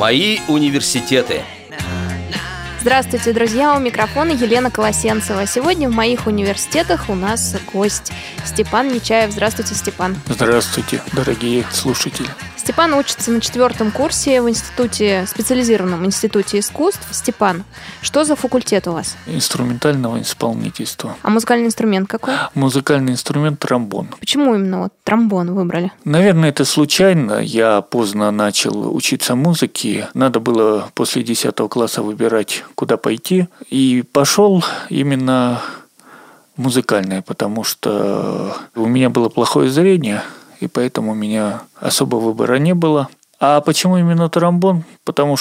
Мои университеты. Здравствуйте, друзья! У микрофона Елена Колосенцева. Сегодня в моих университетах у нас гость Степан Нечаев. Здравствуйте, Степан. Здравствуйте, дорогие слушатели. Степан учится на 4-м курсе в специализированном институте искусств. Степан, что за факультет у вас? Инструментального исполнительства. А музыкальный инструмент какой? Музыкальный инструмент тромбон. Почему именно тромбон выбрали? Наверное, это случайно. Я поздно начал учиться музыке. Надо было после 10 класса выбирать, куда пойти. И пошел именно музыкальное, потому что у меня было плохое зрение, и поэтому у меня особо выбора не было. А почему именно тромбон? Потому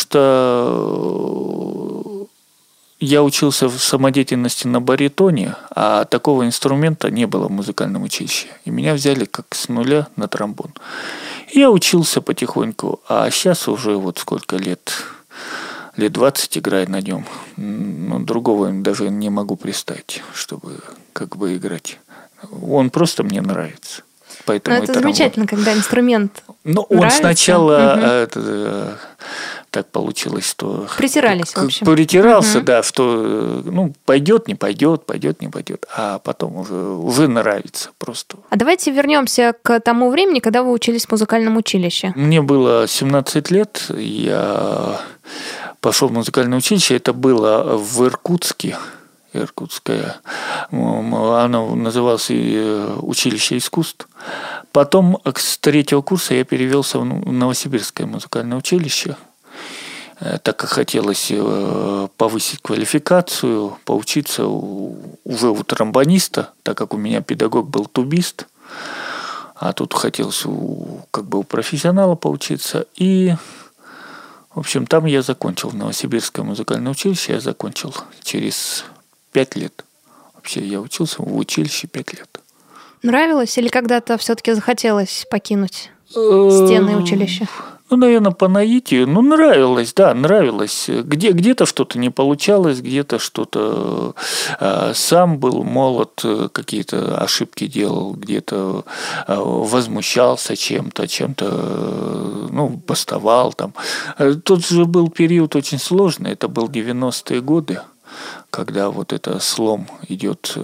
что я учился в самодеятельности на баритоне, а такого инструмента не было в музыкальном училище. И меня взяли как с нуля на тромбон. И я учился потихоньку, а сейчас уже вот сколько лет 20 играю на нем. Другого даже не могу представить, чтобы как бы играть. Он просто мне нравится. Поэтому это замечательно, когда инструмент он нравится. Сначала так получилось, что притирались, в общем. Притирался, да, что пойдет, не пойдет, пойдет, не пойдет, а потом уже нравится просто. А давайте вернемся к тому времени, когда вы учились в музыкальном училище. Мне было 17 лет, я пошел в музыкальное училище, это было в Иркутске. Иркутская. Оно называлось училище искусств. Потом с 3-го курса я перевелся в Новосибирское музыкальное училище, так как хотелось повысить квалификацию, поучиться уже у тромбониста, так как у меня педагог был тубист, а тут хотелось у профессионала поучиться. И, в общем, там я закончил, в Новосибирское музыкальное училище я закончил через 5 лет. Вообще я учился в училище 5 лет. Нравилось или когда-то все-таки захотелось покинуть стены училища? Наверное, по наитию. Нравилось, да, нравилось. Где-то что-то не получалось, где-то что-то сам был молод, какие-то ошибки делал, где-то возмущался чем-то, бастовал там. Тот же был период очень сложный, это был 90-е годы, когда вот это слом идет,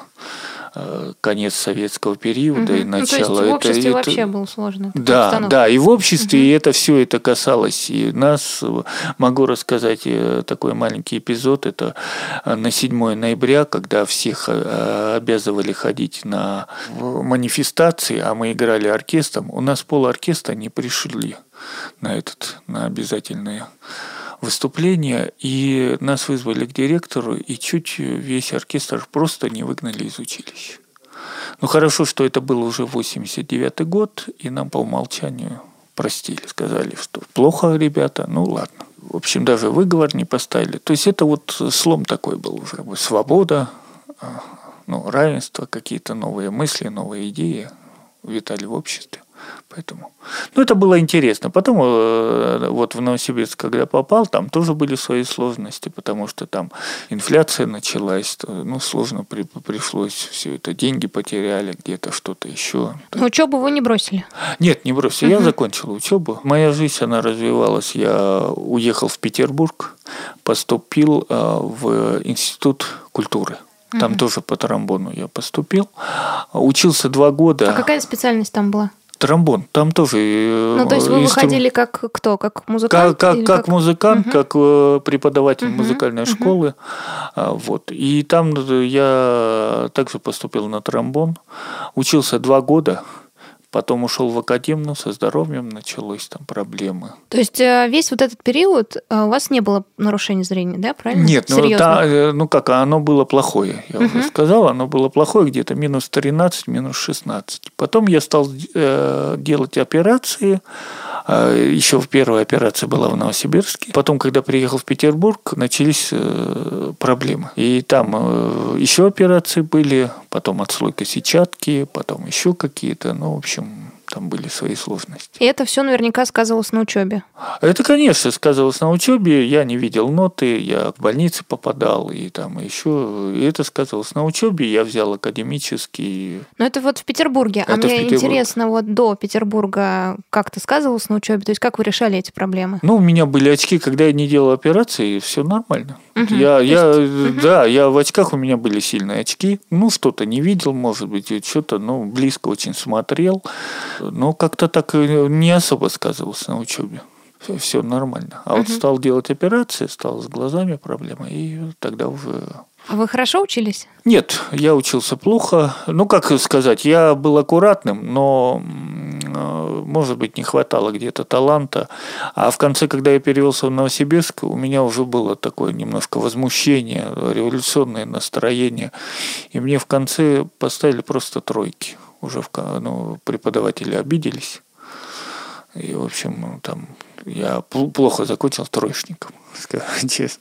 конец советского периода и начало. То есть в обществе вообще был сложный. Да, и в обществе и это касалось и нас. Могу рассказать такой маленький эпизод. Это на 7 ноября, когда всех обязывали ходить на манифестации, а мы играли оркестром. У нас полоркестра не пришли на обязательное выступление, и нас вызвали к директору, и чуть весь оркестр просто не выгнали из училища. Хорошо, что это был уже 89-й год, и нам по умолчанию простили, сказали, что плохо, ребята, ладно. В общем, даже выговор не поставили. То есть это слом такой был уже. Свобода, равенство, какие-то новые мысли, новые идеи витали в обществе. Поэтому, это было интересно. Потом в Новосибирск, когда попал, там тоже были свои сложности, потому что там инфляция началась, сложно пришлось все это, деньги потеряли, где-то что-то еще. Но учебу вы не бросили? Нет, не бросил. Я закончил учебу. Моя жизнь, она развивалась. Я уехал в Петербург, поступил в Институт культуры. Там тоже по тромбону я поступил. Учился 2 года. А какая специальность там была? Тромбон. Там тоже... то есть вы выходили как кто? Как музыкант? Как музыкант, как преподаватель музыкальной школы. И там я также поступил на тромбон. Учился 2 года. Потом ушел в академию, со здоровьем началось там проблемы. То есть весь этот период у вас не было нарушения зрения, да, правильно? Нет, оно было плохое, я уже сказал, оно было плохое, где-то минус 13, минус 16. Потом я стал делать операции, еще первая операция была в Новосибирске. Потом, когда приехал в Петербург, начались проблемы. И там еще операции были, потом отслойка сетчатки, потом еще какие-то, в общем, там были свои сложности. И это все наверняка сказывалось на учебе. Это, конечно, сказывалось на учебе. Я не видел ноты, я в больницы попадал, и там еще. И это сказывалось на учебе. Я взял академический. Но это вот в Петербурге. А мне интересно, вот до Петербурга как-то сказывалось на учебе? То есть как вы решали эти проблемы? Ну, у меня были очки, когда я не делал операции, и все нормально. Я в очках, у меня были сильные очки. Ну, что-то не видел, может быть, что-то, близко очень смотрел. Но как-то так не особо сказывалось на учебе. Все нормально. А вот стал делать операции, стал с глазами проблемы, и тогда уже... А вы хорошо учились? Нет, я учился плохо. Как сказать, я был аккуратным, но, может быть, не хватало где-то таланта. А в конце, когда я перевелся в Новосибирск, у меня уже было такое немножко возмущение, революционное настроение. И мне в конце поставили просто тройки. Уже преподаватели обиделись. И, в общем, там я плохо закончил троечником, скажу честно.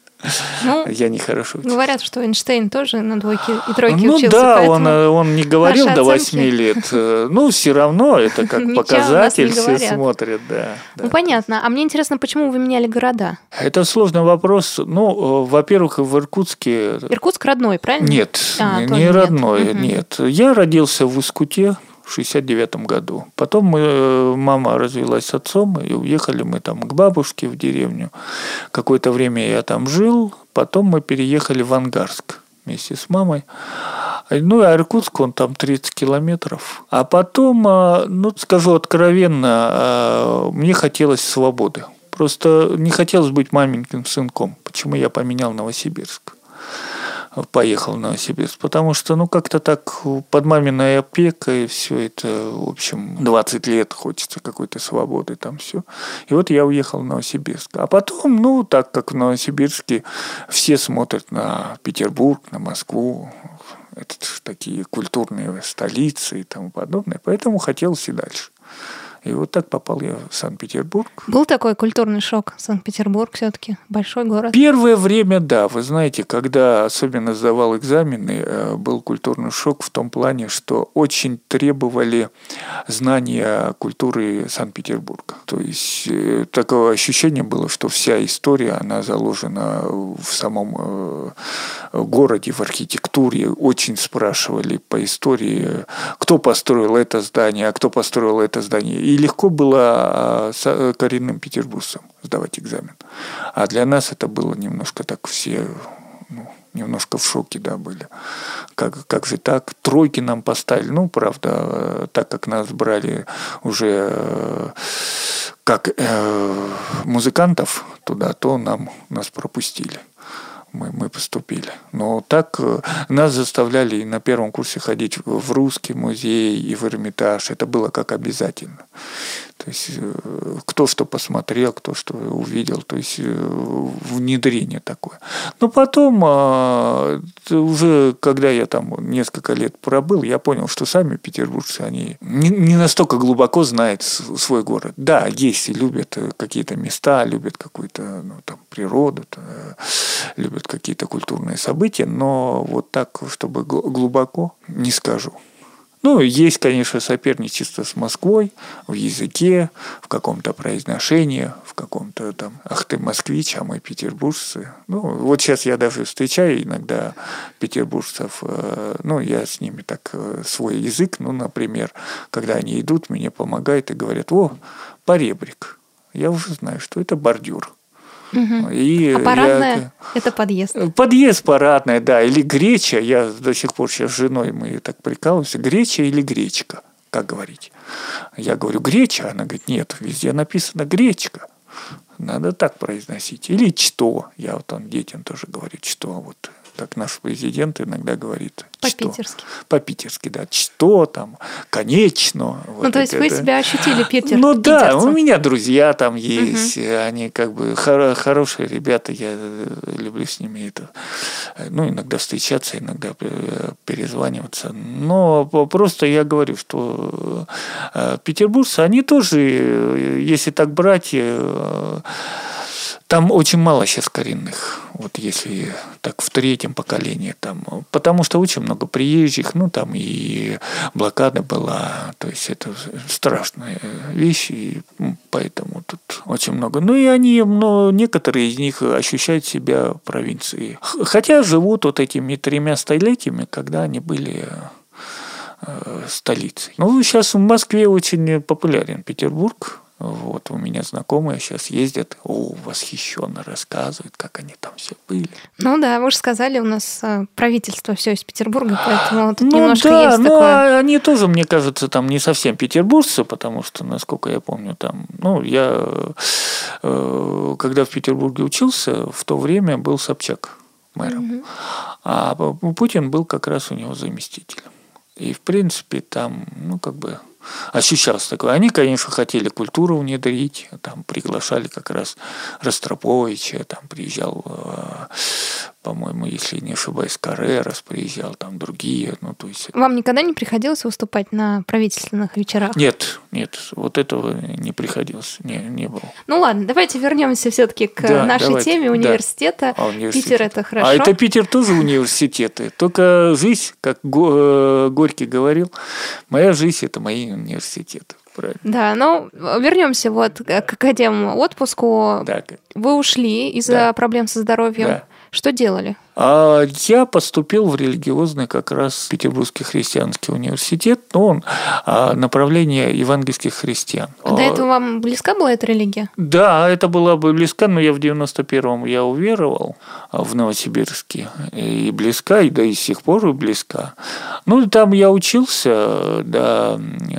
Я нехорошо учился. Говорят, что Эйнштейн тоже на двойки и тройки учился. Да, он не говорил до 8 лет. Все равно это как показатель, все смотрят. Да. Понятно. А мне интересно, почему вы меняли города? Это сложный вопрос. Во-первых, в Иркутске... Иркутск родной, правильно? Нет, не родной, нет. Я родился в Усть-Куте в 1969 году. Потом мама развелась с отцом, и уехали мы там к бабушке в деревню. Какое-то время я там жил, потом мы переехали в Ангарск вместе с мамой. А Иркутск, он там 30 километров. А потом, скажу откровенно, мне хотелось свободы. Просто не хотелось быть маменьким сынком. Почему я поменял Новосибирск? Поехал в Новосибирск, потому что, как-то так под маминой опекой все это, в общем, 20 лет хочется какой-то свободы, там все. И вот я уехал в Новосибирск. А потом, так как в Новосибирске все смотрят на Петербург, на Москву, это такие культурные столицы и тому подобное, поэтому хотелось и дальше. И вот так попал я в Санкт-Петербург. Был такой культурный шок. Санкт-Петербург все-таки большой город. Первое время, да. Вы знаете, когда особенно сдавал экзамены, был культурный шок в том плане, что очень требовали знания культуры Санкт-Петербурга. То есть такое ощущение было, что вся история, она заложена в самом городе, в архитектуре. Очень спрашивали по истории, кто построил это здание, а кто построил это здание. И легко было коренным петербуржцам сдавать экзамен. А для нас это было немножко так, все немножко в шоке, да, были. Как же так? Тройки нам поставили. Правда, так как нас брали уже как музыкантов туда, то нас пропустили. Мы поступили. Но так нас заставляли и на первом курсе ходить в Русский музей и в Эрмитаж. Это было как обязательно. То есть кто что посмотрел, кто что увидел. То есть внедрение такое. Но потом, уже когда я там несколько лет пробыл, я понял, что сами петербуржцы, они не настолько глубоко знают свой город. Да, есть и любят какие-то места, любят какую-то природу, любят какие-то культурные события, но вот так, чтобы глубоко, не скажу. Есть, конечно, соперничество с Москвой в языке, в каком-то произношении, в каком-то там «ах ты, москвич, а мы петербуржцы». Вот сейчас я даже встречаю иногда петербуржцев, я с ними так свой язык, например, когда они идут, мне помогают и говорят: «О, поребрик». Я уже знаю, что это бордюр. Угу. А парадная – это подъезд. Подъезд, парадная, да. Или греча. Я до сих пор сейчас с женой, мы так прикалываемся. Греча или гречка, как говорить? Я говорю греча, она говорит: нет, везде написано гречка. Надо так произносить. Или что. Я детям тоже говорю что. Вот как наш президент иногда говорит. По-питерски. По-питерски, да. Что там, конечно. То есть вы себя ощутили да, у меня друзья там есть. Они хорошие ребята, я люблю с ними это. Иногда встречаться, иногда перезваниваться. Но просто я говорю, что петербуржцы, они тоже, если так брать, Там очень мало сейчас коренных, вот если так в третьем поколении, там, потому что очень много приезжих, ну там и блокада была, то есть это страшная вещь, и поэтому тут очень много. Ну и они, некоторые из них ощущают себя в провинции, хотя живут вот этими 3 столетиями, когда они были столицей. Ну, сейчас в Москве очень популярен Петербург. Вот, у меня знакомые сейчас ездят, восхищенно рассказывают, как они там все были. Ну да, вы же сказали, у нас правительство все из Петербурга, поэтому тут немножко есть такое. Они тоже, мне кажется, там не совсем петербуржцы, потому что, насколько я помню, там, я когда в Петербурге учился, в то время был Собчак мэром, а Путин был как раз у него заместителем. И, в принципе, там, ощущалось такое. Они, конечно, хотели культуру внедрить, там приглашали как раз Ростроповича, там приезжал, по-моему, если не ошибаюсь, Каррерас приезжал, там другие. То есть... Вам никогда не приходилось выступать на правительственных вечерах? Нет, вот этого не приходилось, не было. Ну ладно, давайте вернемся все-таки к нашей теме университета. Питер – это хорошо. А это Питер тоже университеты, только жизнь, как Горький говорил, моя жизнь – это мои университеты. Правильно. Да, вернемся к академ-отпуску. Да. Вы ушли из-за проблем со здоровьем. Да. Что делали? Я поступил в религиозный как раз Петербургский христианский университет, но он направление евангельских христиан. До этого вам близка была эта религия? Да, это была бы близка, но я в 91-м я уверовал в Новосибирске, и близка, и до сих пор близка. Там я учился до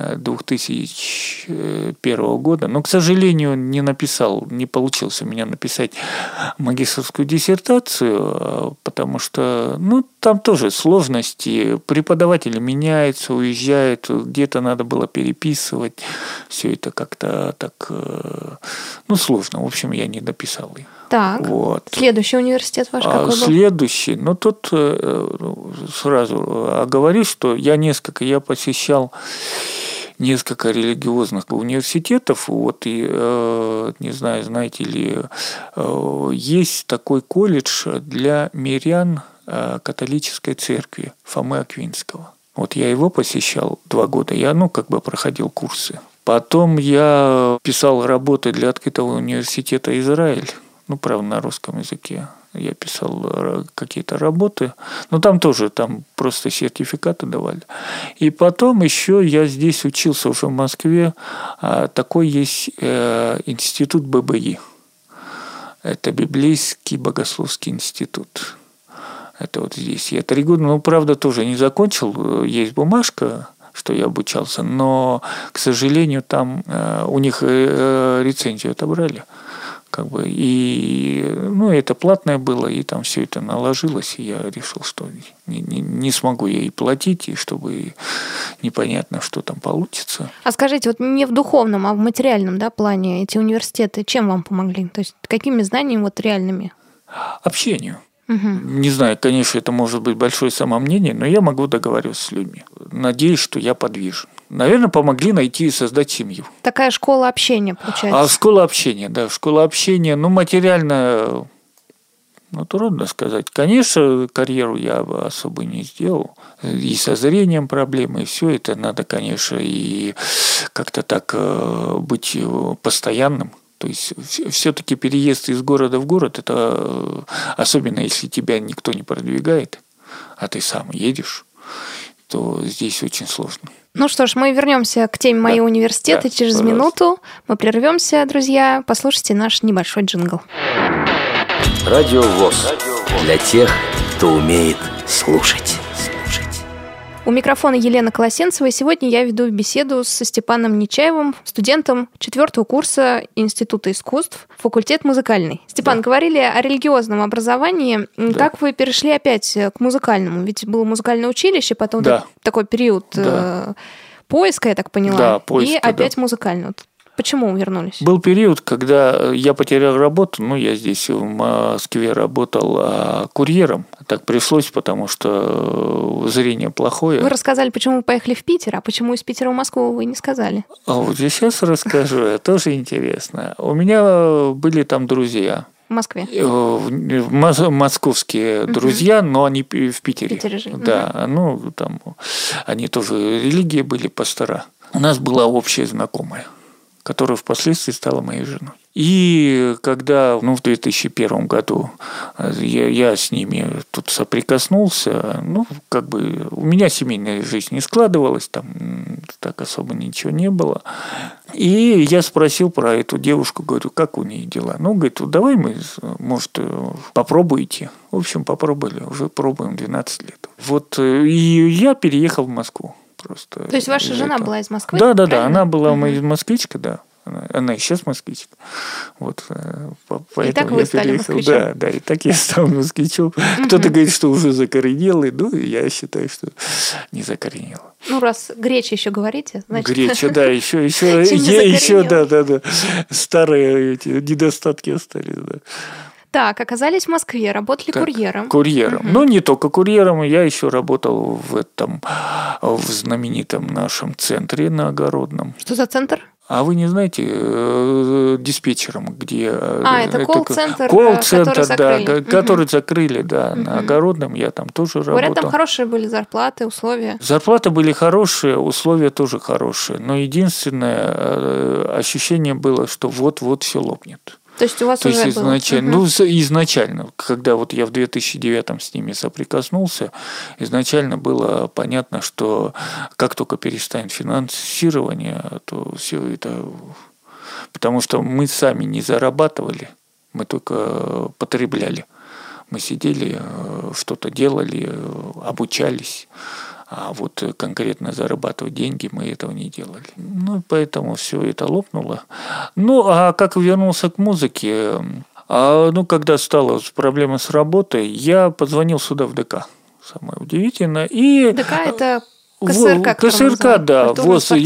2001 года, но, к сожалению, не получилось у меня написать магистерскую диссертацию, потому что, там тоже сложности, преподаватели меняются, уезжают, где-то надо было переписывать, все это как-то так, сложно, в общем, я не дописал. Так, следующий университет ваш какой был? Следующий, тут сразу оговорюсь, что я посещал несколько религиозных университетов, и не знаю, знаете ли, есть такой колледж для мирян католической церкви Фомы Аквинского. Я его посещал 2 года, я проходил курсы. Потом я писал работы для открытого университета Израиль, правда, на русском языке. Я писал какие-то работы, там просто сертификаты давали. И потом еще я здесь учился уже в Москве, такой есть институт ББИ. Это Библейский богословский институт. Это здесь. Я 3 года, правда, тоже не закончил, есть бумажка, что я обучался, но, к сожалению, там у них рецензию отобрали. И это платное было, и там все это наложилось, и я решил, что не смогу я и платить, и чтобы непонятно, что там получится. А скажите, не в духовном, а в материальном плане эти университеты чем вам помогли? То есть какими знаниями реальными? Общению. Не знаю, конечно, это может быть большое самомнение, но я могу договариваться с людьми. Надеюсь, что я подвижен. Наверное, помогли найти и создать семью. Такая школа общения, получается. Школа общения, да. Школа общения, материально, трудно сказать. Конечно, карьеру я бы особо не сделал. И со зрением проблемы, и все это надо, конечно, и как-то так быть постоянным. То есть все-таки переезд из города в город, это особенно если тебя никто не продвигает, а ты сам едешь, то здесь очень сложно. Что ж, мы вернемся к теме «Мои университеты» через минуту. Мы прервемся, друзья. Послушайте наш небольшой джингл. Радио ВОС. Для тех, кто умеет слушать. У микрофона Елена Колосенцева, и сегодня я веду беседу со Степаном Нечаевым, студентом 4-го курса Института искусств, факультет музыкальный. Степан, говорили о религиозном образовании. Да. Как вы перешли опять к музыкальному? Ведь было музыкальное училище, потом такой период поиска, я так поняла, и опять музыкальный. Почему вернулись? Был период, когда я потерял работу, я здесь в Москве работал курьером. Так пришлось, потому что зрение плохое. Вы рассказали, почему вы поехали в Питер, а почему из Питера в Москву вы не сказали? Я сейчас расскажу, тоже интересно. У меня были там друзья. Москве? Московские друзья, но они в Питере. В Питере жили. Да, ну, там они тоже религии были, пастора. У нас была общая знакомая, которая впоследствии стала моей женой. И когда в 2001 году я с ними тут соприкоснулся, у меня семейная жизнь не складывалась, там так особо ничего не было. И я спросил про эту девушку, говорю, как у нее дела? Говорит, давай мы, может, попробуйте. В общем, попробовали, уже пробуем 12 лет. И я переехал в Москву. Просто. То есть ваша жена была из Москвы? Да, она была москвичка, да. Она и сейчас москвичка. Поэтому и так вы стали москвичом. Да, и так я стал москвичом. Кто-то говорит, что уже закоренелый, я считаю, что не закоренелый. Раз греча еще говорите, значит... Греча, да, еще да. Старые эти недостатки остались, да. Так, оказались в Москве, работали курьером. Курьером. Не только курьером, я еще работал в знаменитом нашем центре на Огородном. Что за центр? А вы не знаете, диспетчером, где... это колл-центр, который закрыли, да, на Огородном, я там тоже работал. Говорят, там хорошие были зарплаты, условия. Зарплаты были хорошие, условия тоже хорошие, но единственное ощущение было, что вот-вот все лопнет. То есть у вас уже было? Изначально, когда я в 2009 с ними соприкоснулся, изначально было понятно, что как только перестанет финансирование, то все это... Потому что мы сами не зарабатывали, мы только потребляли. Мы сидели, что-то делали, обучались. А конкретно зарабатывать деньги мы этого не делали. Поэтому все это лопнуло. А как вернулся к музыке, когда стала проблема с работой, я позвонил сюда в ДК. Самое удивительное. ДК – это КСРК, КСРК, да.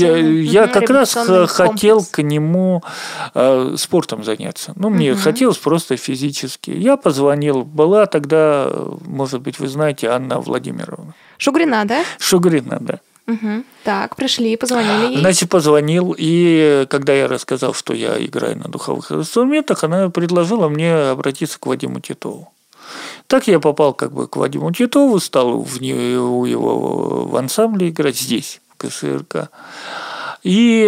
Я как раз хотел к нему спортом заняться. Мне хотелось просто физически. Я позвонил. Была тогда, может быть, вы знаете, Анна Владимировна. Шугрина, да? Шугрина, да. Так, пришли, позвонили ей. Значит, позвонил, и когда я рассказал, что я играю на духовых инструментах, она предложила мне обратиться к Вадиму Титову. Так я попал к Вадиму Титову, стал у его в ансамбле играть здесь, в КСРК. И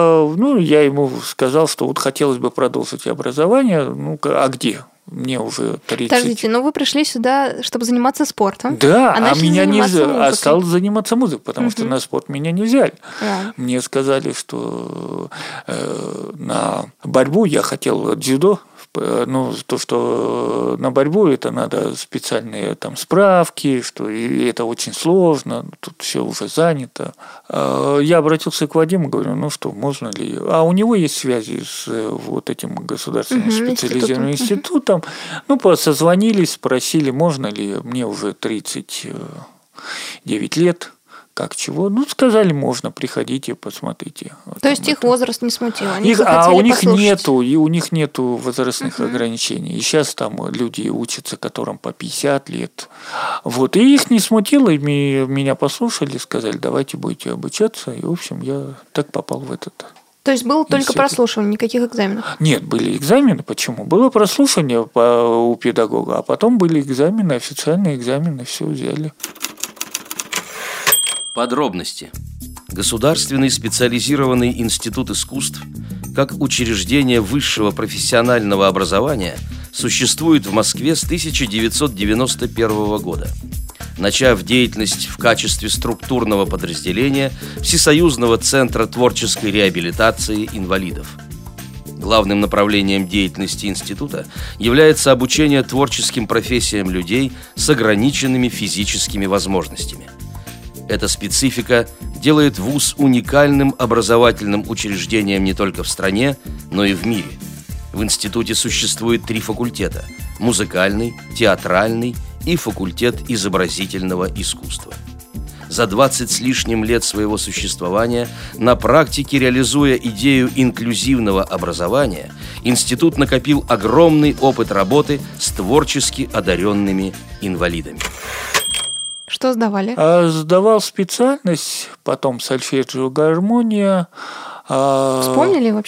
я ему сказал, что хотелось бы продолжить образование. А где? Мне уже 30. Подождите, вы пришли сюда, чтобы заниматься спортом. Да, а меня нельзя. Стал заниматься музыкой, потому что на спорт меня не взяли. Мне сказали, что на борьбу я хотел дзюдо. То, что на борьбу это надо специальные справки, что это очень сложно, тут все уже занято. Я обратился к Вадиму, говорю, можно ли... А у него есть связи с этим государственным специализированным институтом. Созвонились, спросили, можно ли, мне уже 39 лет, как чего. Сказали, можно, приходите, посмотрите. То есть их возраст не смутил? У них нету возрастных ограничений. И сейчас там люди учатся, которым по 50 лет. И их не смутило, и меня послушали, сказали, давайте будете обучаться. И, в общем, я так попал в этот... То есть было только прослушивание, никаких экзаменов? Нет, были экзамены. Почему? Было прослушивание у педагога, а потом были экзамены, официальные экзамены, все взяли. Подробности. Государственный специализированный институт искусств, как учреждение высшего профессионального образования, существует в Москве с 1991 года, начав деятельность в качестве структурного подразделения Всесоюзного центра творческой реабилитации инвалидов. Главным направлением деятельности института является обучение творческим профессиям людей с ограниченными физическими возможностями. Эта специфика делает вуз уникальным образовательным учреждением не только в стране, но и в мире. В институте существует 3 факультета – музыкальный, театральный и факультет изобразительного искусства. За 20 с лишним лет своего существования, на практике реализуя идею инклюзивного образования, институт накопил огромный опыт работы с творчески одаренными инвалидами. Что сдавали? Сдавал специальность, потом сольфеджио, гармония. Вспомнили вообще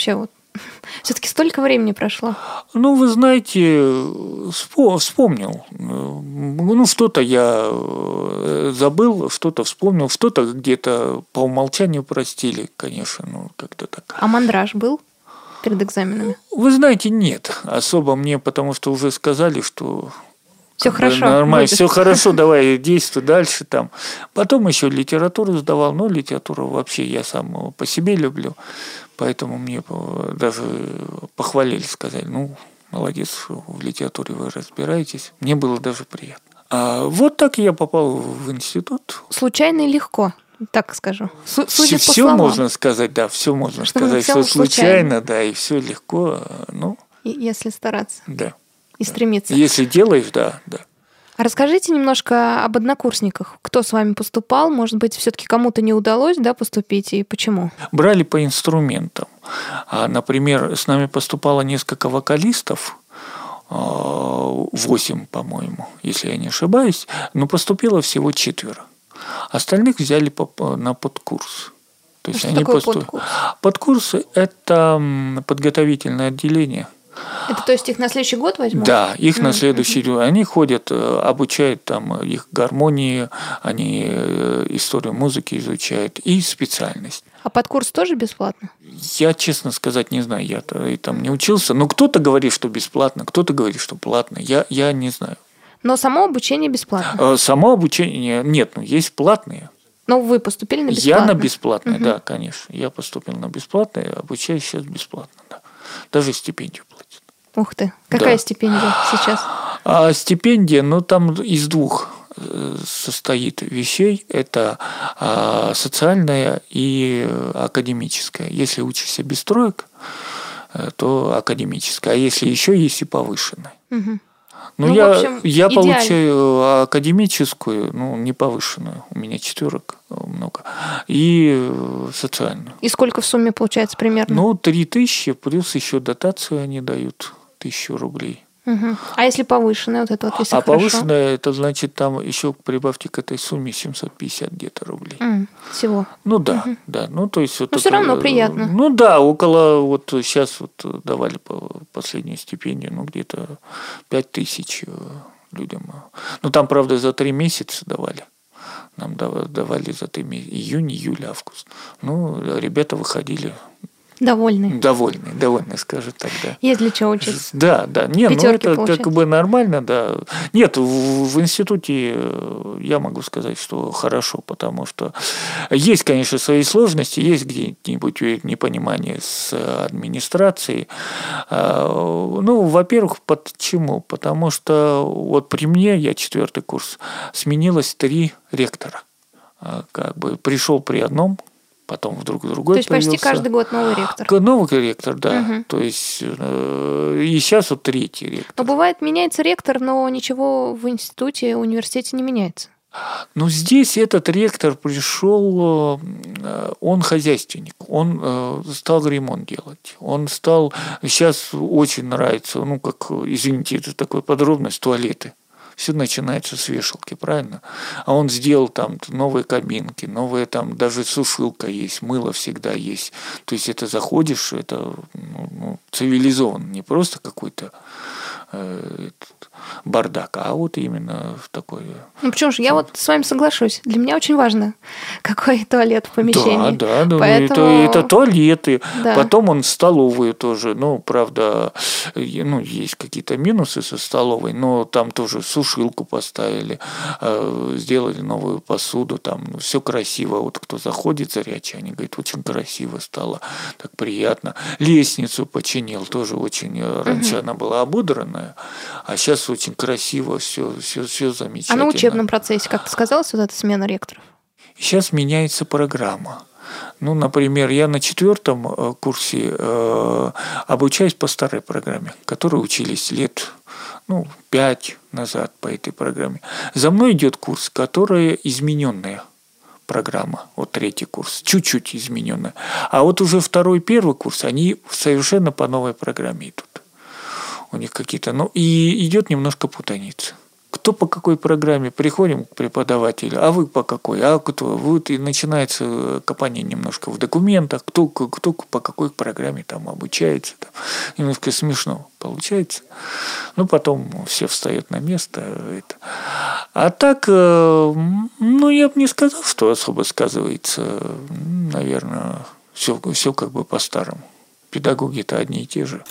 Все-таки столько времени прошло. Ну, вы знаете, вспомнил. Ну, что-то я забыл, что-то вспомнил, что-то где-то по умолчанию простили, конечно, ну, как-то так. А мандраж был перед экзаменами? Вы знаете, нет. Особо мне, потому что уже сказали, что... Все хорошо. Нормально, все хорошо, давай действуй дальше там. Потом еще литературу сдавал, но литературу вообще я сам по себе люблю, поэтому мне даже похвалили, сказали, ну, молодец, в литературе вы разбираетесь. Мне было даже приятно. А вот так я попал в институт. Случайно и легко, так скажу. Судя по Все словам. можно сказать, да, все можно сказать, что случайно, да, и все легко, ну. Если стараться. Да. И стремиться. Если делаешь, да. А расскажите немножко об однокурсниках. Кто с вами поступал? Может быть, все-таки кому-то не удалось, да, поступить, и почему? Брали по инструментам. Например, с нами поступало несколько вокалистов, 8, по-моему, если я не ошибаюсь, но поступило всего 4. Остальных взяли на подкурс. То есть что такое подкурс? Подкурс – это подготовительное отделение. Это то есть их на следующий год возьмут? Да, их на следующий год. Они ходят, обучают там их гармонии, они историю музыки изучают и специальность. А подкурс тоже бесплатно? Я, честно сказать, не знаю, я там не учился. Но кто-то говорит, что бесплатно, кто-то говорит, что платно. Я не знаю. Но само обучение бесплатно? Само обучение нет, есть платные. Но вы поступили на бесплатное? Я на бесплатное, да, конечно. Я поступил на бесплатное, обучаюсь сейчас бесплатно, да. Даже стипендию платят. Ух ты. Какая стипендия сейчас? Стипендия, там из 2 состоит вещей. Это социальная и академическая. Если учишься без троек, то академическая. А если еще есть и повышенная. Угу. Я в общем, я получаю академическую, не повышенную, у меня 4 много, и социальную. И сколько в сумме получается примерно? 3000, плюс еще дотацию они дают, 1000 рублей. Угу. А если повышенная, вот это вот, если хорошо? Повышенная, это значит, там еще прибавьте к этой сумме 750 где-то рублей. Всего? Да, да. То есть, вот все равно приятно. Около, сейчас давали последнюю стипендию, где-то 5000 людям. Там, правда, за 3 месяца давали. Нам давали за 3 месяца. Июнь, июль, август. Ребята выходили... Довольны, скажем так, да. Есть для чего учиться. Да. Это получать. как бы нормально, да. Нет, в институте я могу сказать, что хорошо, потому что есть, конечно, свои сложности, есть где-нибудь непонимание с администрацией. Во-первых, почему? Потому что вот при мне, я 4-й курс, сменилось 3 ректора. Пришел при одном, потом вдруг другой появился. То есть почти каждый год новый ректор? Новый ректор, да. Угу. То есть и сейчас 3-й ректор. Но бывает, меняется ректор, но ничего в институте, университете не меняется. Здесь этот ректор пришел, он хозяйственник, он стал ремонт делать. Он стал, сейчас очень нравится, извините, это такая подробность, туалеты. Все начинается с вешалки, правильно? А он сделал там новые кабинки, новые там даже сушилка есть, мыло всегда есть. То есть это заходишь, это цивилизованно, не просто какой-то бардак, а вот именно в такой... Почему же? Я вот с вами соглашусь. Для меня очень важно, какой туалет в помещении. Да, поэтому... это туалеты. Да. Потом он столовую тоже. Правда, есть какие-то минусы со столовой, но там тоже сушилку поставили, сделали новую посуду, там все красиво. Вот кто заходит зрячий, они говорят, очень красиво стало, так приятно. Лестницу починил, тоже очень... Раньше она была ободранная, а сейчас очень красиво, все замечательно. А на учебном процессе как-то сказалась вот эта смена ректоров? Сейчас меняется программа. Например, я на 4-м курсе обучаюсь по старой программе, которой учились лет 5 назад по этой программе. За мной идет курс, который измененная программа, вот 3-й курс, чуть-чуть измененная. А вот уже 2-й, 1-й курс, они совершенно по новой программе идут. У них какие-то... и идет немножко путаница. кто по какой программе, приходим к преподавателю, а вы по какой, а кто? Вот и начинается копание немножко в документах, кто по какой программе там обучается. Там. Немножко смешно получается. Ну, потом все встают на место. А так, ну, я бы не сказал, что особо сказывается. Наверное, все как бы по-старому. Педагоги-то одни и те же.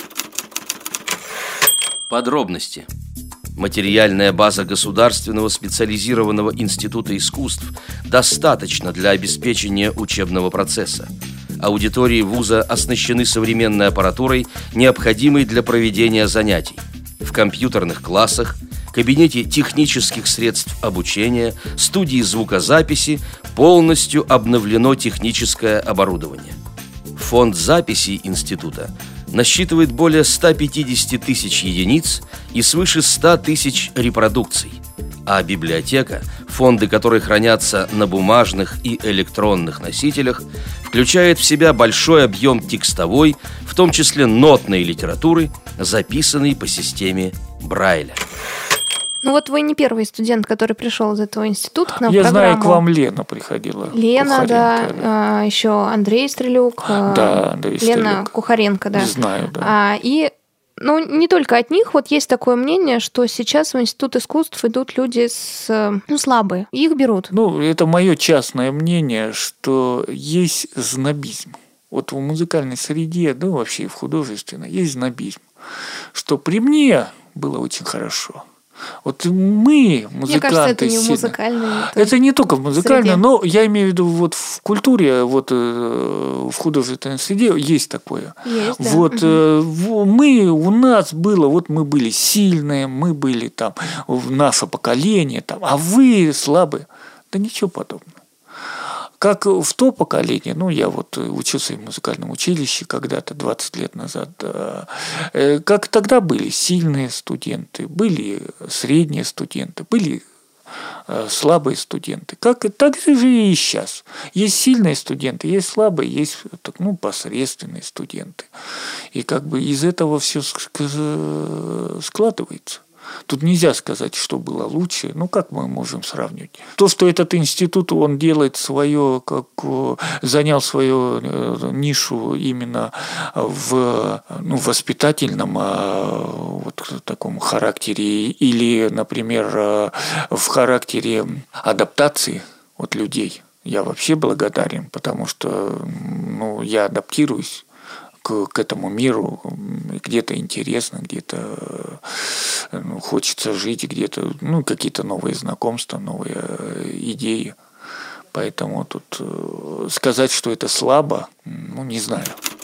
Подробности. Материальная база Государственного специализированного института искусств достаточна для обеспечения учебного процесса. Аудитории вуза оснащены современной аппаратурой, необходимой для проведения занятий. В компьютерных классах, кабинете технических средств обучения, студии звукозаписи полностью обновлено техническое оборудование. Фонд записей института насчитывает более 150 тысяч единиц и свыше 100 тысяч репродукций. А библиотека, фонды которой хранятся на бумажных и электронных носителях, включает в себя большой объем текстовой, в том числе нотной литературы, записанной по системе Брайля. Ну вот вы не первый студент, который пришел из этого института к нам Я в программу. знаю, к вам Лена приходила. Лена, Кухаренко, да. Еще Андрей Стрелюк. Да, Андрей Лена Стрелюк. Кухаренко, да. Знаю, да. И ну, не только от них, вот есть такое мнение, что сейчас в Институт искусств идут люди слабые, и их берут. Ну, это мое частное мнение, что есть знобизм. Вот в музыкальной среде, да вообще и в художественной, есть знобизм. Что при мне было очень хорошо. Вот мы, музыканты... Мне кажется, это не в музыкальной. Это не только в музыкальной, среде. но я имею в виду вот в культуре, вот в художественной среде есть такое. Есть, да. Вот у нас было, вот мы были сильные, мы были там, наше поколение, там, а вы слабые. Да ничего подобного. Как в то поколение, ну, я вот учился в музыкальном училище когда-то, 20 лет назад, как тогда были сильные студенты, были средние студенты, были слабые студенты. Так же и сейчас. Есть сильные студенты, есть слабые, есть посредственные студенты. И как бы из этого все складывается. Тут нельзя сказать, что было лучше. Ну, как мы можем сравнивать? То, что этот институт, он делает занял свою нишу именно в воспитательном таком характере или, например, в характере адаптации от людей. Я вообще благодарен, потому что я адаптируюсь к этому миру, где-то интересно, где-то хочется жить, где-то какие-то новые знакомства, новые идеи. Поэтому тут сказать, что это слабо, не знаю.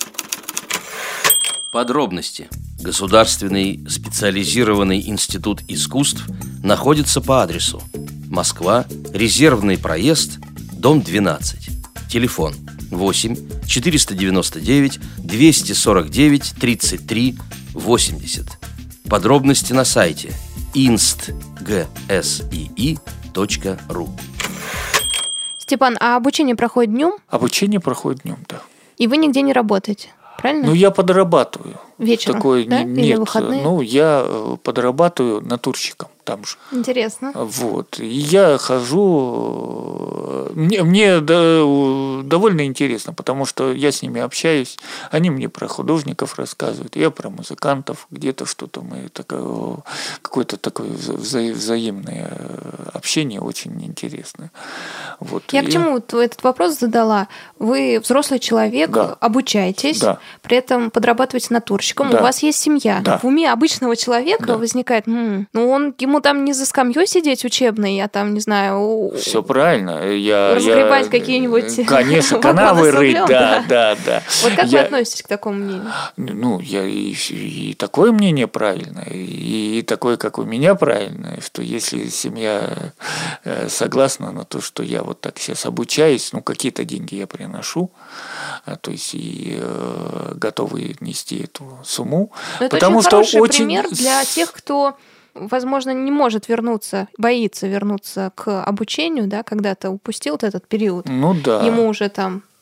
Подробности. Государственный специализированный институт искусств находится по адресу: Москва, Резервный проезд, дом 12. Телефон 8 499 249 33 80. Подробности на сайте instgsii.ru. Степан, а обучение проходит днем? Обучение проходит днем, да. И вы нигде не работаете, правильно? Я подрабатываю. Вечером, такое да? Нет. Или выходные? Я подрабатываю натурщиком там же. Интересно. Вот. И я хожу... Мне довольно интересно, потому что я с ними общаюсь, они мне про художников рассказывают, я про музыкантов, где-то что-то мы какое-то такое взаимное общение очень интересное. Вот. Я к чему этот вопрос задала? Вы взрослый человек, да. Обучаетесь, да. при этом подрабатываете натурщиком, да. у вас есть семья. Да. В уме обычного человека возникает, ему там не за скамьей сидеть учебной, а там, не знаю... Все правильно. Разгребать какие-нибудь... Конечно, канавы рыть, да. Вот как вы относитесь к такому мнению? Я и такое мнение правильное, и такое, как у меня, правильное, что если семья согласна на то, что я вот так сейчас обучаюсь, какие-то деньги я приношу, то есть и готовы нести эту сумму. Но это очень хороший пример для тех, кто, возможно, не может боится вернуться к обучению, да, когда-то упустил этот период. Да. Ему уже там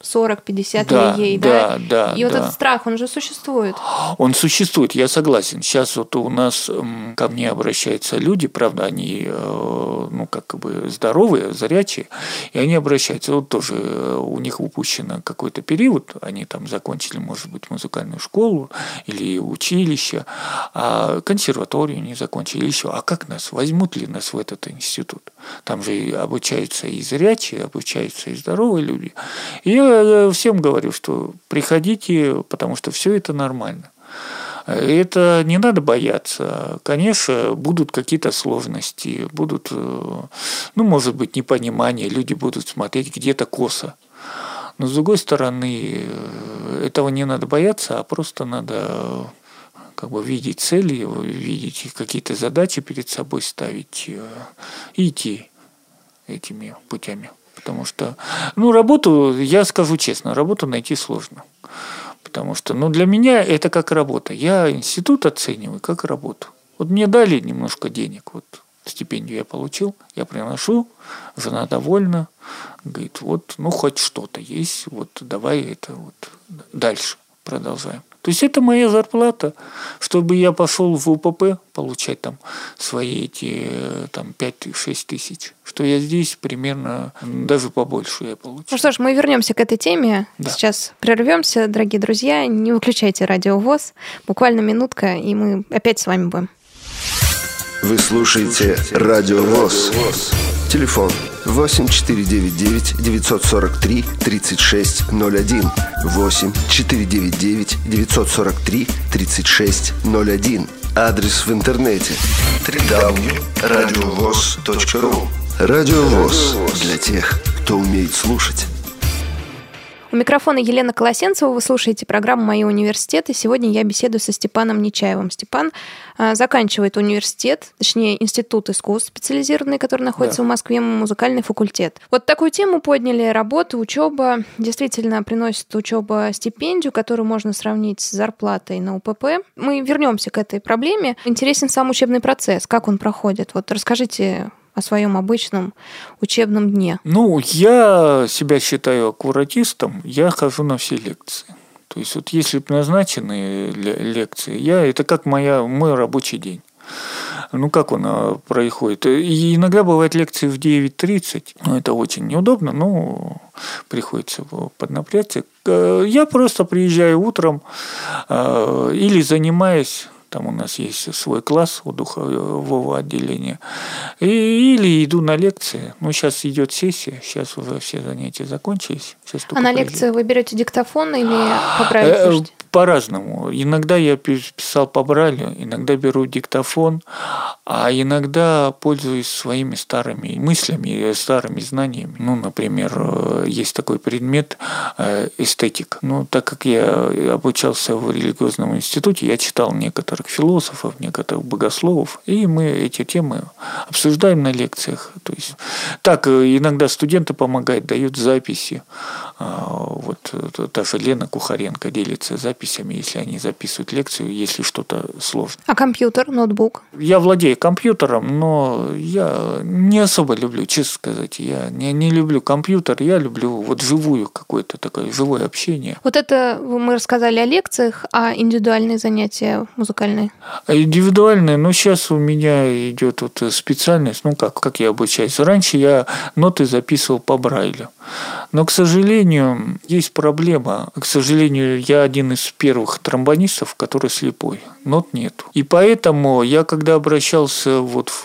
40-50 лей, да? Да. И вот этот страх, он же существует. Он существует, я согласен. Сейчас вот у нас ко мне обращаются люди, правда, они, здоровые, зрячие, и они обращаются. Вот тоже у них упущено какой-то период, они там закончили, может быть, музыкальную школу или училище, а консерваторию не закончили, еще. А как нас? Возьмут ли нас в этот институт? Там же обучаются и зрячие, обучаются и здоровые люди. И я всем говорю, что приходите, потому что все это нормально. Это не надо бояться. Конечно, будут какие-то сложности, будут, может быть, непонимание, люди будут смотреть где-то косо. Но, с другой стороны, этого не надо бояться, а просто надо видеть цели, видеть какие-то задачи перед собой ставить и идти этими путями. Потому что, работу, я скажу честно, работу найти сложно. Потому что, для меня это как работа. Я институт оцениваю как работу. Вот мне дали немножко денег, вот стипендию я получил, я приношу, жена довольна, говорит, хоть что-то есть, давай это дальше продолжаем. То есть это моя зарплата, чтобы я пошел в УПП получать там свои эти 5-6 тысяч, что я здесь примерно даже побольше я получу. Ну что ж, мы вернемся к этой теме. Да. Сейчас прервемся, дорогие друзья, не выключайте Радио ВОС. Буквально минутка, и мы опять с вами будем. Вы слушаете Радио ВОС. Телефон 8-499-943-3601. 8-499-943-3601. Адрес в интернете www.radiovoz.ru. Радио ВОС для тех, кто умеет слушать. У микрофона Елена Колосенцева. Вы слушаете программу «Мои университеты». Сегодня я беседую со Степаном Нечаевым. Степан заканчивает университет, точнее, институт искусств специализированный, который находится в Москве, музыкальный факультет. Вот такую тему подняли: работа, учеба. Действительно, приносит учеба стипендию, которую можно сравнить с зарплатой на УПП. Мы вернемся к этой проблеме. Интересен сам учебный процесс, как он проходит. Расскажите о своем обычном учебном дне. Я себя считаю аккуратистом, я хожу на все лекции. То есть если назначены лекции, это как мой рабочий день. Как он происходит? И иногда бывают лекции в 9:30. Это очень неудобно, но приходится поднапрячься. Я просто приезжаю утром или занимаюсь. Там у нас есть свой класс у духового отделения. Или иду на лекции. Сейчас идет сессия, сейчас уже все занятия закончились. А на лекции вы берете диктофон или по Брайлю слушаете? По-разному. Иногда я писал по Брайлю, иногда беру диктофон, а иногда пользуюсь своими старыми мыслями, старыми знаниями. Например, есть такой предмет эстетик. Так как я обучался в религиозном институте, я читал некоторых философов, некоторых богословов, и мы эти темы обсуждаем на лекциях. То есть так иногда студенты помогают, дают записи. Та же Лена Кухаренко делится записями, если они записывают лекцию, если что-то сложно. А компьютер, ноутбук? Я владею компьютером, но я не особо люблю, честно сказать. Я не люблю компьютер, я люблю живую какое-то такое живое общение. Это мы рассказали о лекциях, а индивидуальные занятия музыкальные? Индивидуальные, сейчас у меня идет специальность, как я обучаюсь. Раньше я ноты записывал по Брайлю. Но, к сожалению, есть проблема. К сожалению, я один из первых тромбонистов, который слепой. Нот нету. И поэтому я, когда обращался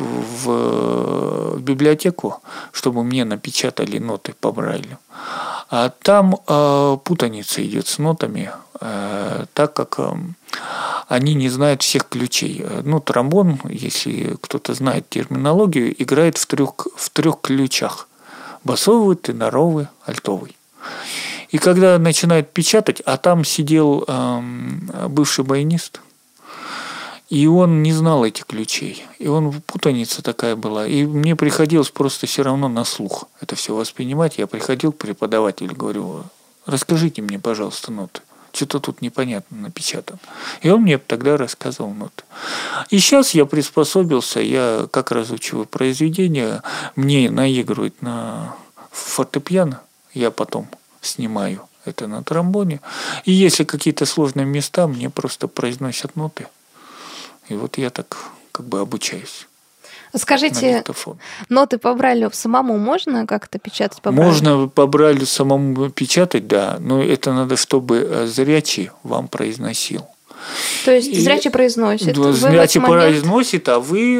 в библиотеку, чтобы мне напечатали ноты по Брайлю, а там путаница идет с нотами, так как они не знают всех ключей. Тромбон, если кто-то знает терминологию, играет в трех ключах. Басовый, теноровый, альтовый. И когда начинают печатать, а там сидел бывший баянист, и он не знал этих ключей. И путаница такая была. И мне приходилось просто все равно на слух это все воспринимать. Я приходил к преподавателю, говорю: расскажите мне, пожалуйста, ноты. Что-то тут непонятно напечатано. И он мне тогда рассказывал ноты. И сейчас я приспособился, я как разучиваю произведения, мне наигрывают на фортепиано, я потом снимаю это на тромбоне. И если какие-то сложные места, мне просто произносят ноты. И вот я так как бы обучаюсь. Скажите, ноты по Брайлю самому можно как-то печатать по Брайлю? Можно по Брайлю самому печатать, да, но это надо, чтобы зрячий вам произносил. То есть зрячий произносит. Зрячий произносит, а вы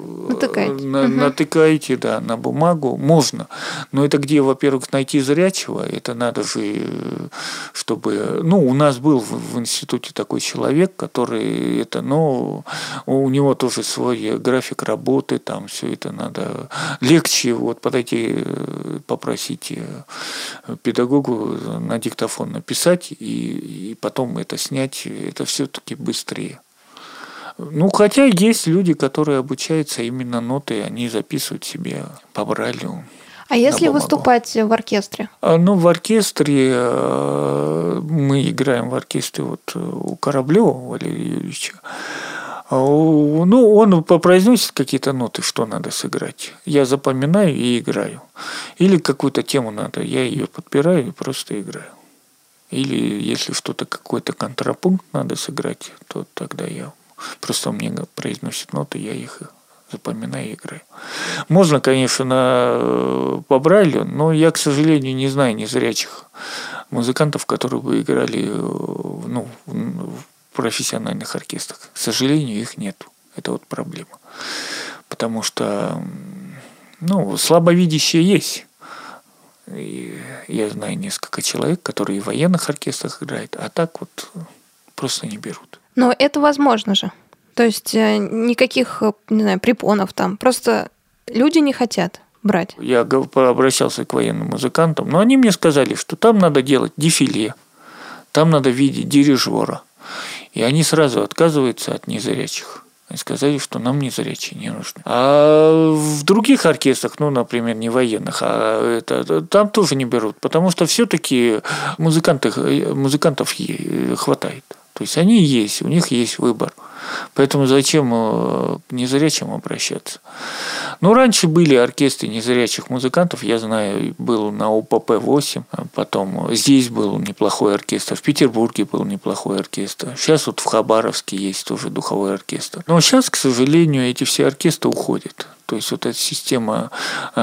натыкаете, да, на бумагу. Можно. Но это где, во-первых, найти зрячего, это надо же, чтобы... Ну, у нас был в институте такой человек, который это, ну, у него тоже свой график работы, там все это надо легче вот подойти, попросить педагогу на диктофон написать и потом это снять, это все-таки быстрее. Ну, хотя есть люди, которые обучаются именно ноты, они записывают себе по Брайлю. А если выступать в оркестре? Ну, в оркестре мы играем в оркестре вот у Кораблева Валерия Юрьевича. Ну, он произносит какие-то ноты, что надо сыграть. Я запоминаю и играю. Или какую-то тему надо, я ее подбираю и просто играю. Или если что-то, какой-то контрапункт надо сыграть, то тогда я просто мне произносят ноты, я их запоминаю и играю. Можно, конечно, по Брайлю, но я, к сожалению, не знаю незрячих музыкантов, которые бы играли в профессиональных оркестрах. К сожалению, их нет. Это вот проблема. Потому что слабовидящие есть. И я знаю несколько человек, которые и в военных оркестрах играют, а так вот просто не берут. Но это возможно же. То есть никаких, не знаю, препонов там. Просто люди не хотят брать. Я обращался к военным музыкантам, но они мне сказали, что там надо делать дефиле, там надо видеть дирижера. И они сразу отказываются от незрячих. Они сказали, что нам незрячие не нужны. А в других оркестрах, например, не военных, там тоже не берут, потому что все-таки музыкантов хватает. То есть они есть, у них есть выбор. Поэтому зачем к незрячим обращаться? Раньше были оркестры незрячих музыкантов, я знаю, был на ОПП-8, потом здесь был неплохой оркестр, в Петербурге был неплохой оркестр, сейчас вот в Хабаровске есть тоже духовой оркестр. Но сейчас, к сожалению, эти все оркестры уходят. То есть вот эта система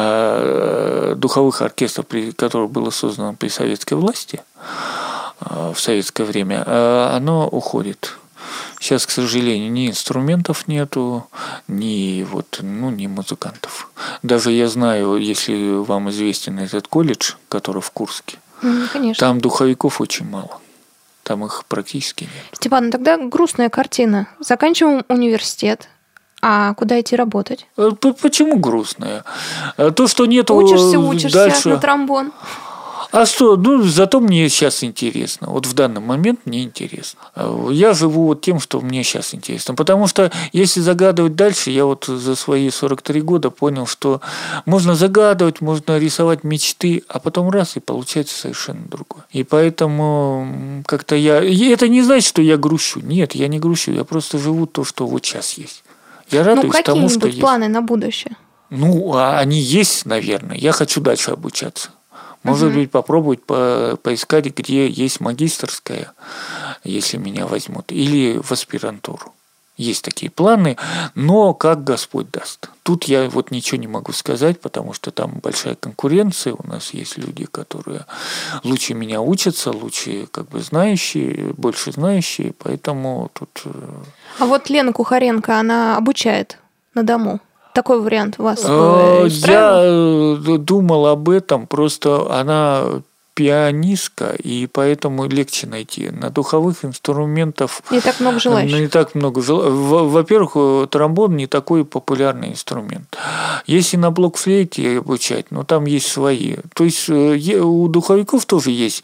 духовых оркестров, которая была создана при советской власти, в советское время, оно уходит. Сейчас, к сожалению, ни инструментов нету, ни музыкантов. Даже я знаю, если вам известен этот колледж, который в Курске, конечно. Там духовиков очень мало. Там их практически нет. Степан, тогда грустная картина. Заканчиваем университет. А куда идти работать? Почему грустная? То, что нету учишься дальше... на тромбон. А что? Зато мне сейчас интересно. Вот в данный момент мне интересно. Я живу вот тем, что мне сейчас интересно. Потому что если загадывать дальше, я вот за свои 43 года понял, что можно загадывать, можно рисовать мечты, а потом раз, и получается совершенно другое. И поэтому как-то И это не значит, что я грущу. Нет, я не грущу. Я просто живу то, что вот сейчас есть. Я радуюсь тому, что есть. Какие-нибудь планы на будущее? Они есть, наверное. Я хочу дальше обучаться. Может быть, попробовать поискать, где есть магистерская, если меня возьмут, или в аспирантуру. Есть такие планы, но как Господь даст. Тут я вот ничего не могу сказать, потому что там большая конкуренция. У нас есть люди, которые лучше меня учатся, лучше знающие, больше знающие, поэтому тут... А вот Лена Кухаренко, она обучает на дому. Такой вариант вас устраивал? Я думал об этом, просто она пианистка, и поэтому легче найти. На духовых инструментах не так много желающих. Не так много желающих. Во-первых, тромбон не такой популярный инструмент. Если на блокфлейте обучать, там есть свои. То есть у духовиков тоже есть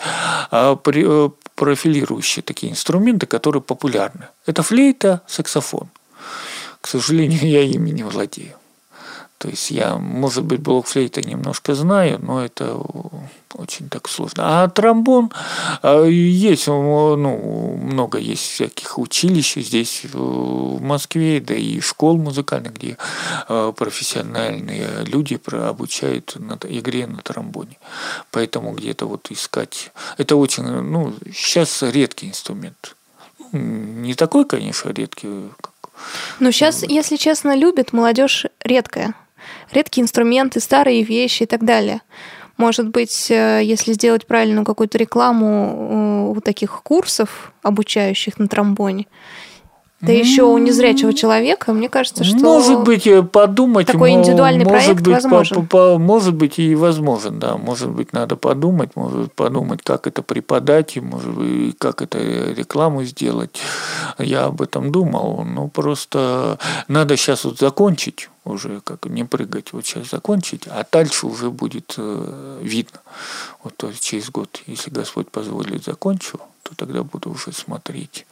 профилирующие такие инструменты, которые популярны. Это флейта, саксофон. К сожалению, я ими не владею. То есть я, может быть, блокфлейты немножко знаю, но это очень так сложно. А тромбон есть, ну, много есть всяких училищ здесь в Москве, да и школ музыкальных, где профессиональные люди обучают игре на тромбоне. Поэтому где-то вот искать. Это очень, ну, сейчас редкий инструмент. Не такой, конечно, редкий. Но сейчас, если честно, любит молодежь редкое. Редкие инструменты, старые вещи и так далее. Может быть, если сделать правильную какую-то рекламу вот таких курсов, обучающих на тромбоне, да еще у незрячего человека, мне кажется, что... Может быть, подумать... Такой индивидуальный проект возможен. Может быть, и возможен, да. Может быть, надо подумать, как это преподать, и, может быть, как это рекламу сделать. Я об этом думал, но просто надо сейчас вот закончить, уже как не прыгать, вот сейчас закончить, а дальше уже будет видно. Вот то есть через год, если Господь позволит, закончу, то тогда буду уже смотреть,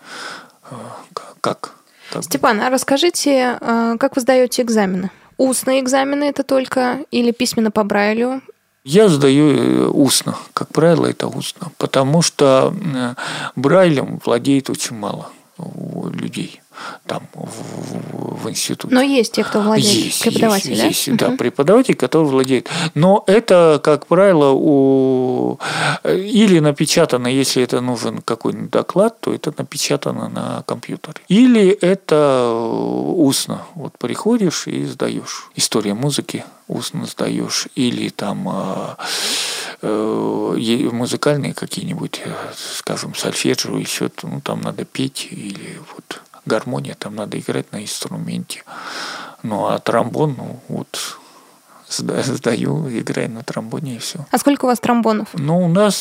как. Степан, а расскажите, как вы сдаете экзамены? Устные экзамены это только или письменно по Брайлю? Я сдаю устно. Как правило, это устно. Потому что Брайлем владеет очень мало людей там в институте. Но есть те, кто владеет, есть, преподаватели, да? Есть, да, преподаватели, которые владеют. Но это, как правило, или напечатано, если это нужен какой-нибудь доклад, то это напечатано на компьютере. Или это устно. Вот приходишь и сдаешь. История музыки устно сдаешь. Или там музыкальные какие-нибудь, скажем, сольфеджио, еще, ну, там надо петь, или вот гармония, там надо играть на инструменте. Ну, а тромбон, ну, вот сдаю, играю на тромбоне, и все. А сколько у вас тромбонов? Ну, у нас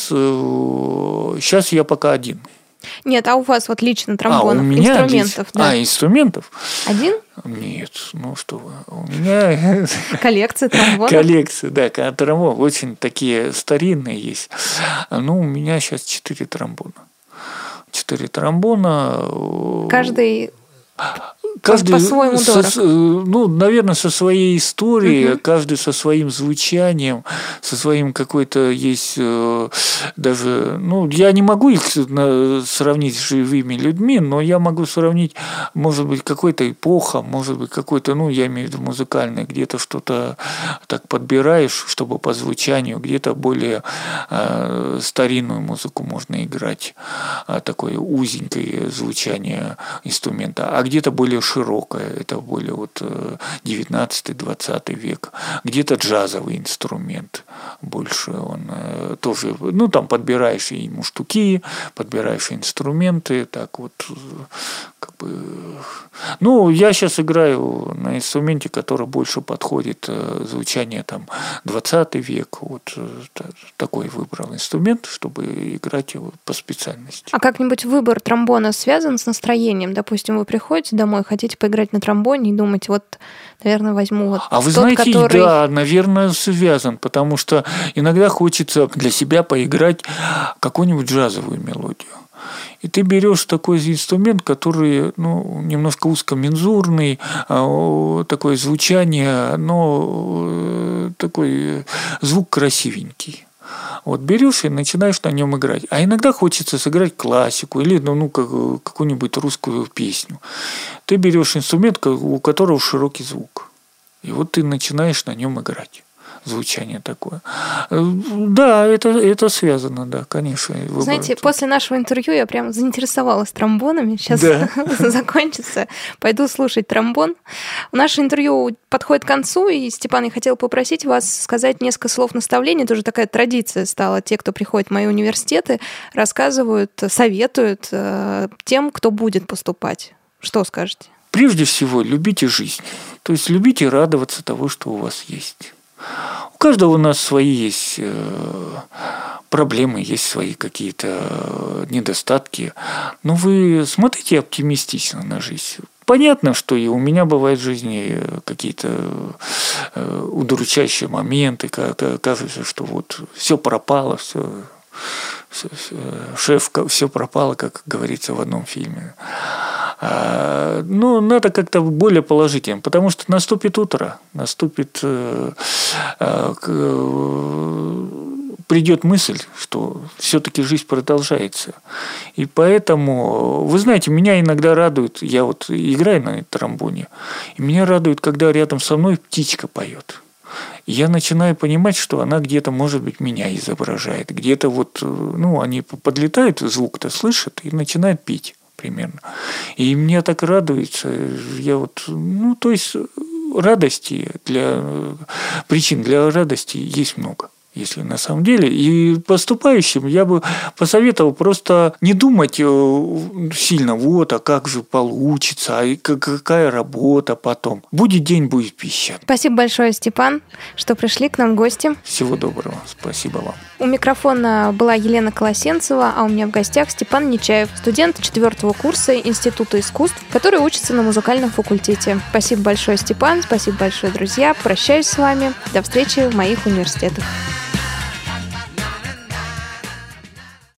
сейчас я пока один. Нет, а у вас вот лично тромбонов, у меня инструментов? Да. Инструментов? Один? Нет, ну что вы, у меня... Коллекция тромбонов? Коллекция, да, тромбон, очень такие старинные есть. Ну, у меня сейчас 4 тромбона. 4 тромбона. Каждый по-своему дорог. Ну, наверное, со своей историей, каждый со своим звучанием, со своим какой-то есть даже... Ну, я не могу их сравнить с живыми людьми, но я могу сравнить, может быть, какой-то эпоха, может быть, какой-то, ну, я имею в виду музыкальное, где-то что-то так подбираешь, чтобы по звучанию, где-то более старинную музыку можно играть, такое узенькое звучание инструмента, а где-то более широкое, это более вот 19-20 век, где-то джазовый инструмент больше, он тоже, ну, там подбираешь ему штуки, подбираешь инструменты, так вот, как бы, ну, я сейчас играю на инструменте, который больше подходит звучание, там, 20 век, вот такой выбрал инструмент, чтобы играть его по специальности. А как-нибудь выбор тромбона связан с настроением? Допустим, вы приходите домой, хотите поиграть на тромбоне и думаете, вот, наверное, возьму вот А вы тот, знаете, который... да, наверное, связан, потому что иногда хочется для себя поиграть какую-нибудь джазовую мелодию. И ты берешь такой инструмент, который, ну, немножко узкомензурный, такое звучание, но такой звук красивенький. Вот берешь и начинаешь на нем играть. А иногда хочется сыграть классику или какую-нибудь русскую песню. Ты берешь инструмент, у которого широкий звук. И вот ты начинаешь на нем играть. Звучание такое. Да, это связано, да, конечно. Знаете, после нашего интервью я прям заинтересовалась тромбонами. Сейчас закончится. Пойду слушать тромбон. Наше интервью подходит к концу, и, Степан, я хотела попросить вас сказать несколько слов наставления. Это уже такая традиция стала. Те, кто приходит в мои университеты, рассказывают, советуют тем, кто будет поступать. Что скажете? Прежде всего, любите жизнь. То есть любите радоваться того, что у вас есть. У каждого у нас свои есть проблемы, есть свои какие-то недостатки. Но вы смотрите оптимистично на жизнь. Понятно, что и у меня бывают в жизни какие-то удручающие моменты, когда кажется, что вот все пропало, все пропало, как говорится в одном фильме. Но надо как-то более положительно, потому что наступит утро, придет мысль, что все-таки жизнь продолжается. И поэтому, вы знаете, меня иногда радует, я вот играю на тромбоне, и меня радует, когда рядом со мной птичка поет. Я начинаю понимать, что она где-то, может быть, меня изображает. Где-то вот, они подлетают, звук-то слышат и начинают петь примерно. И мне так радуется. То есть причин для радости есть много. Если на самом деле. И поступающим я бы посоветовал просто не думать сильно, а как же получится, а какая работа потом. Будет день, будет пища. Спасибо большое, Степан, что пришли к нам в гости. Всего доброго. Спасибо вам. У микрофона была Елена Колосенцева, а у меня в гостях Степан Нечаев, студент 4-го курса Института искусств, который учится на музыкальном факультете. Спасибо большое, Степан, спасибо большое, друзья. Прощаюсь с вами. До встречи в моих университетах.